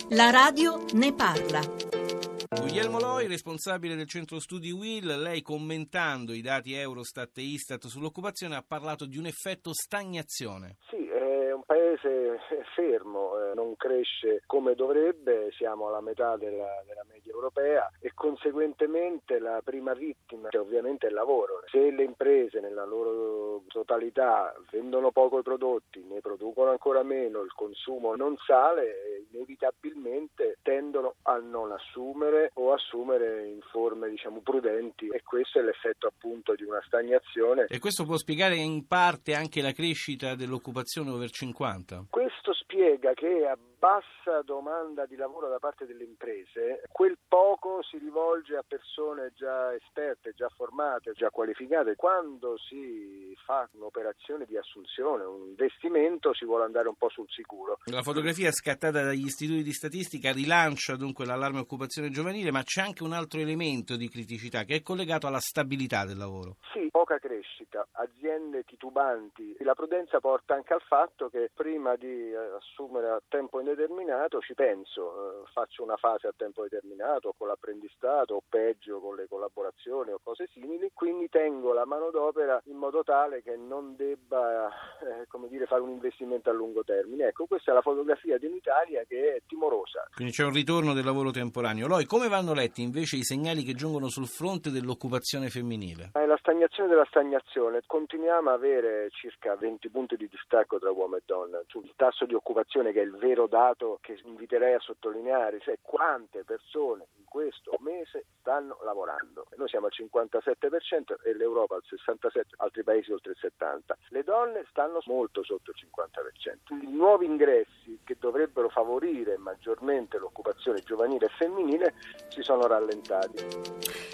La radio ne parla. Guglielmo Loi, responsabile del centro studi UIL, lei commentando i dati Eurostat e Istat sull'occupazione ha parlato di un effetto stagnazione. Sì, è un paese fermo, non cresce come dovrebbe, siamo alla metà della media europea e conseguentemente la prima vittima ovviamente è il lavoro. Se le imprese nella loro totalità vendono poco i prodotti, ne producono ancora meno, il consumo non sale, inevitabilmente tendono a non assumere o assumere in forme prudenti, e questo è l'effetto appunto di una stagnazione. E questo può spiegare in parte anche la crescita dell'occupazione over 50? Questo spiega che a bassa domanda di lavoro da parte delle imprese, quel poco si rivolge a persone già esperte, già formate, già qualificate. Quando si fa un'operazione di assunzione, un investimento, si vuole andare un po' sul sicuro. La fotografia scattata dagli istituti di statistica rilancia dunque l'allarme occupazione giovanile, ma c'è anche un altro elemento di criticità che è collegato alla stabilità del lavoro. Sì, poca crescita, aziende titubanti. La prudenza porta anche al fatto che prima di assumere a tempo indeterminato ci penso, faccio una fase a tempo determinato con l'apprendistato o peggio con le collaborazioni o cose simili, quindi tengo la manodopera in modo tale che non debba fare un investimento a lungo termine. Ecco, questa è la fotografia di un'Italia che è timorosa. Quindi c'è un ritorno del lavoro temporaneo. Loi, come vanno letti invece i segnali che giungono sul fronte dell'occupazione femminile? È la stagnazione della stagnazione. Continuiamo a avere circa 20 punti di distacco tra uomo e donna sul tasso di occupazione, che è il vero dato che inviterei a sottolineare, cioè quante persone in questo mese stanno lavorando. Noi siamo al 57% e l'Europa al 67%, altri paesi oltre il 70%. Le donne stanno molto sotto il 50%. I nuovi ingressi che dovrebbero favorire maggiormente l'occupazione giovanile e femminile si sono rallentati.